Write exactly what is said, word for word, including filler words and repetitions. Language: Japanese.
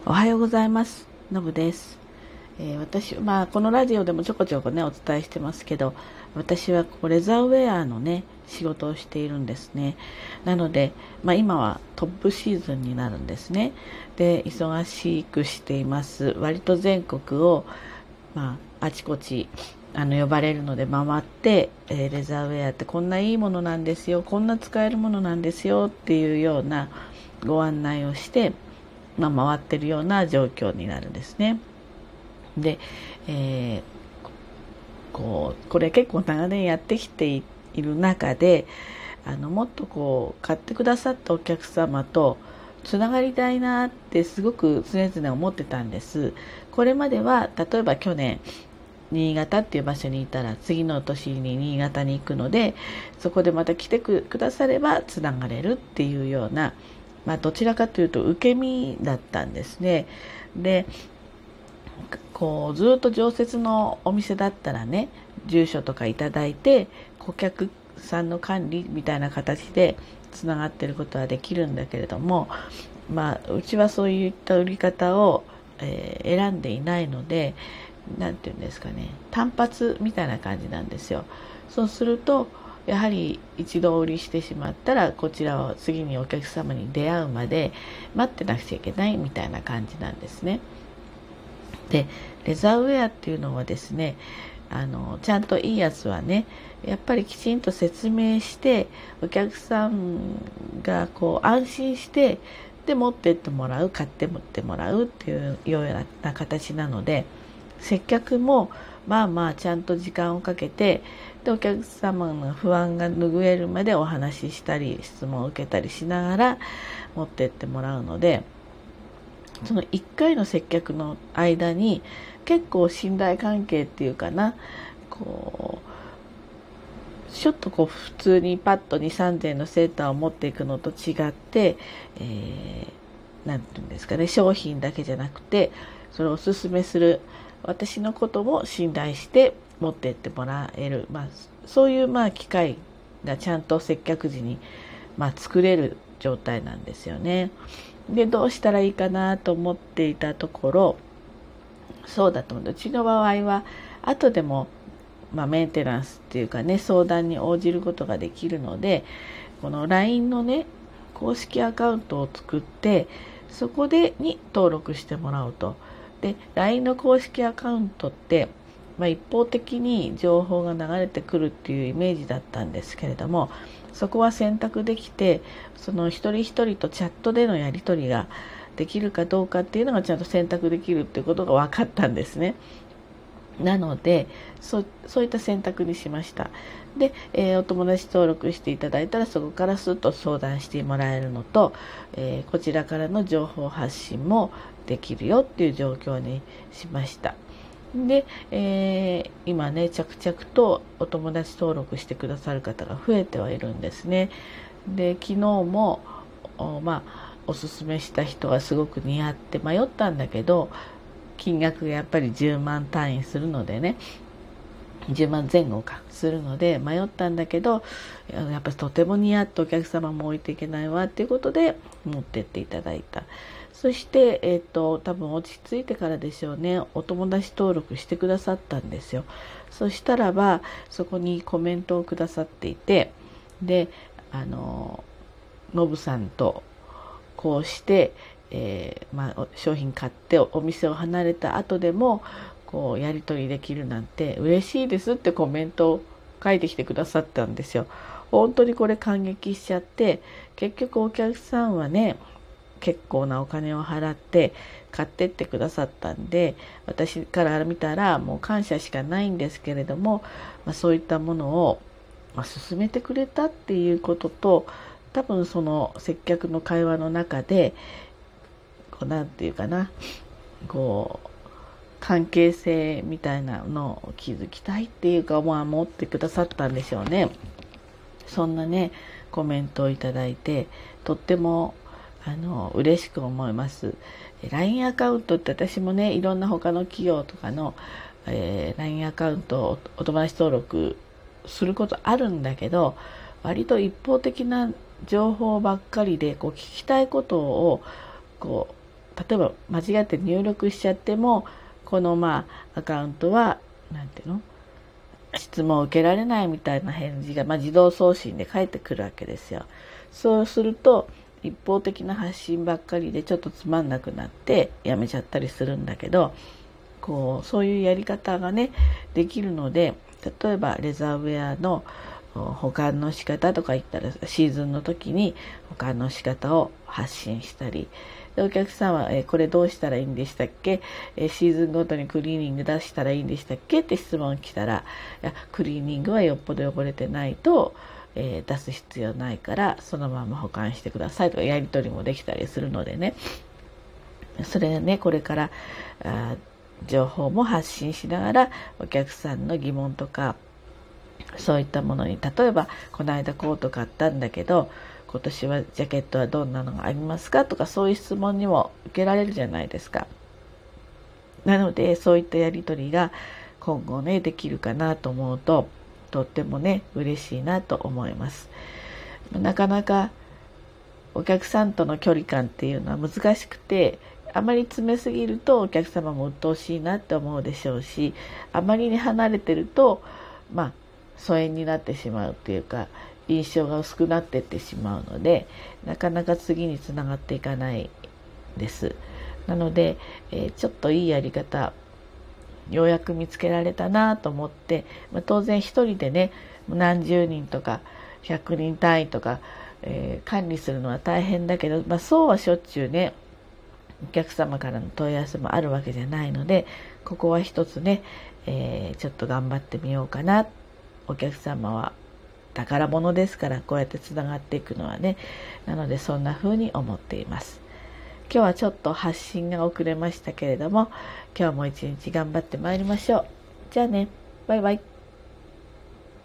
おはようございます。のぶです。えー、私、まあこのラジオでもちょこちょこねお伝えしてますけど、私はこうレザーウェアのね仕事をしているんですね。なので、まあ今はトップシーズンになるんですね。で、忙しくしています。割と全国をまああちこちあの呼ばれるので回って、えー、レザーウェアってこんないいものなんですよ、こんな使えるものなんですよっていうようなご案内をして。まあ、回ってるような状況になるんですね。で、えー、こうこれ結構長年やってきている中で、あのもっとこう買ってくださったお客様とつながりたいなってすごく常々思ってたんです。これまでは例えば去年新潟っていう場所にいたら次の年に新潟に行くので、そこでまた来てくださればつながれるっていうような、まあ、どちらかというと受け身だったんですね。でこうずっと常設のお店だったらね、住所とかいただいて顧客さんの管理みたいな形でつながっていることはできるんだけれども、まあ、うちはそういった売り方を、えー、選んでいないので、なんていうんですかね、単発みたいな感じなんですよ。そうするとやはり一度売りしてしまったら、こちらは次にお客様に出会うまで待ってなくちゃいけないみたいな感じなんですね。でレザーウェアっていうのはですね、あのちゃんといいやつはね、やっぱりきちんと説明してお客さんがこう安心してで持ってってもらう、買って持ってもらうっていうような形なので、接客もまあまあちゃんと時間をかけて、でお客様の不安が拭えるまでお話ししたり質問を受けたりしながら持ってってもらうので、そのいっかいの接客の間に結構信頼関係っていうかな、こうちょっとこう普通にパッとに、さんぜんえんのセーターを持っていくのと違って、えー、なんていうんですかね、商品だけじゃなくてそれをおすすめする私のことも信頼して持ってってもらえる、まあ、そういうまあ機会がちゃんと接客時にまあ作れる状態なんですよね。でどうしたらいいかなと思っていたところ、そうだと思う。うちの場合は後でも、まあ、メンテナンスっていうかね、相談に応じることができるので、この ライン のね公式アカウントを作って、そこでに登録してもらうと。で ライン の公式アカウントって、まあ、一方的に情報が流れてくるっていうイメージだったんですけれども、そこは選択できて、その一人一人とチャットでのやり取りができるかどうかっていうのがちゃんと選択できるっていうことが分かったんですね。なので そ, そういった選択にしました。で、えー、お友達登録していただいたらそこからスッと相談してもらえるのと、えー、こちらからの情報発信もできるよっていう状況にしました。で、えー、今ね着々とお友達登録してくださる方が増えてはいるんですね。で昨日もお,、まあ、おすすめした人がすごく似合って迷ったんだけど、金額がやっぱりじゅうまん単位するのでね、じゅうまんぜん後かするので迷ったんだけど、やっぱりとても似合ってお客様も置いていけないわっていうことで持ってっていただいた。そして、えーと、多分落ち着いてからでしょうね、お友達登録してくださったんですよ。そしたらばそこにコメントをくださっていて、であのノブさんとこうして、えーまあ、商品買ってお店を離れた後でもこうやり取りできるなんて嬉しいですってコメントを書いてきてくださったんですよ。本当にこれ感激しちゃって、結局お客さんはね結構なお金を払って買ってってくださったんで、私から見たらもう感謝しかないんですけれども、まあ、そういったものを、まあ、勧めてくれたっていうことと、多分その接客の会話の中でこうなんていうかな、こう関係性みたいなのを築きたいっていうか、まあ、持ってくださったんでしょうね。そんなねコメントをいただいて、とってもあの嬉しく思います。 ライン アカウントって私もねいろんな他の企業とかの、えー、ライン アカウントをお友達登録することあるんだけど、割と一方的な情報ばっかりでこう聞きたいことをこう例えば間違って入力しちゃっても、このまあアカウントはなんていうの、質問を受けられないみたいな返事が、まあ、自動送信で返ってくるわけですよ。そうすると一方的な発信ばっかりでちょっとつまんなくなってやめちゃったりするんだけど、こうそういうやり方がねできるので、例えばレザーウェアの保管の仕方とか言ったら、シーズンの時に保管の仕方を発信したり、でお客さんは、えこれどうしたらいいんでしたっけ、えシーズンごとにクリーニング出したらいいんでしたっけって質問来たら、いやクリーニングはよっぽど汚れてないと、えー、出す必要ないからそのまま保管してくださいとかやり取りもできたりするのでね、それねこれからあ情報も発信しながらお客さんの疑問とかそういったものに、例えばこの間コート買ったんだけど今年はジャケットはどんなのがありますかとか、そういう質問にも受けられるじゃないですか。なのでそういったやり取りが今後ねできるかなと思うと、とってもね嬉しいなと思います。なかなかお客さんとの距離感っていうのは難しくて、あまり詰めすぎるとお客様も鬱陶しいなって思うでしょうし、あまりに離れてるとまあ疎遠になってしまうっていうか、印象が薄くなっていってしまうので、なかなか次につながっていかないです。なので、えー、ちょっといいやり方ようやく見つけられたなと思って、まあ、当然一人でね何十人とかひゃくにん単位とか、えー、管理するのは大変だけど、まあ、そうはしょっちゅうねお客様からの問い合わせもあるわけじゃないので、ここは一つね、えー、ちょっと頑張ってみようかな。お客様は宝物ですから、こうやってつながっていくのはね、なのでそんな風に思っています。今日はちょっと発信が遅れましたけれども、今日も一日頑張ってまいりましょう。じゃあね、バイバイ。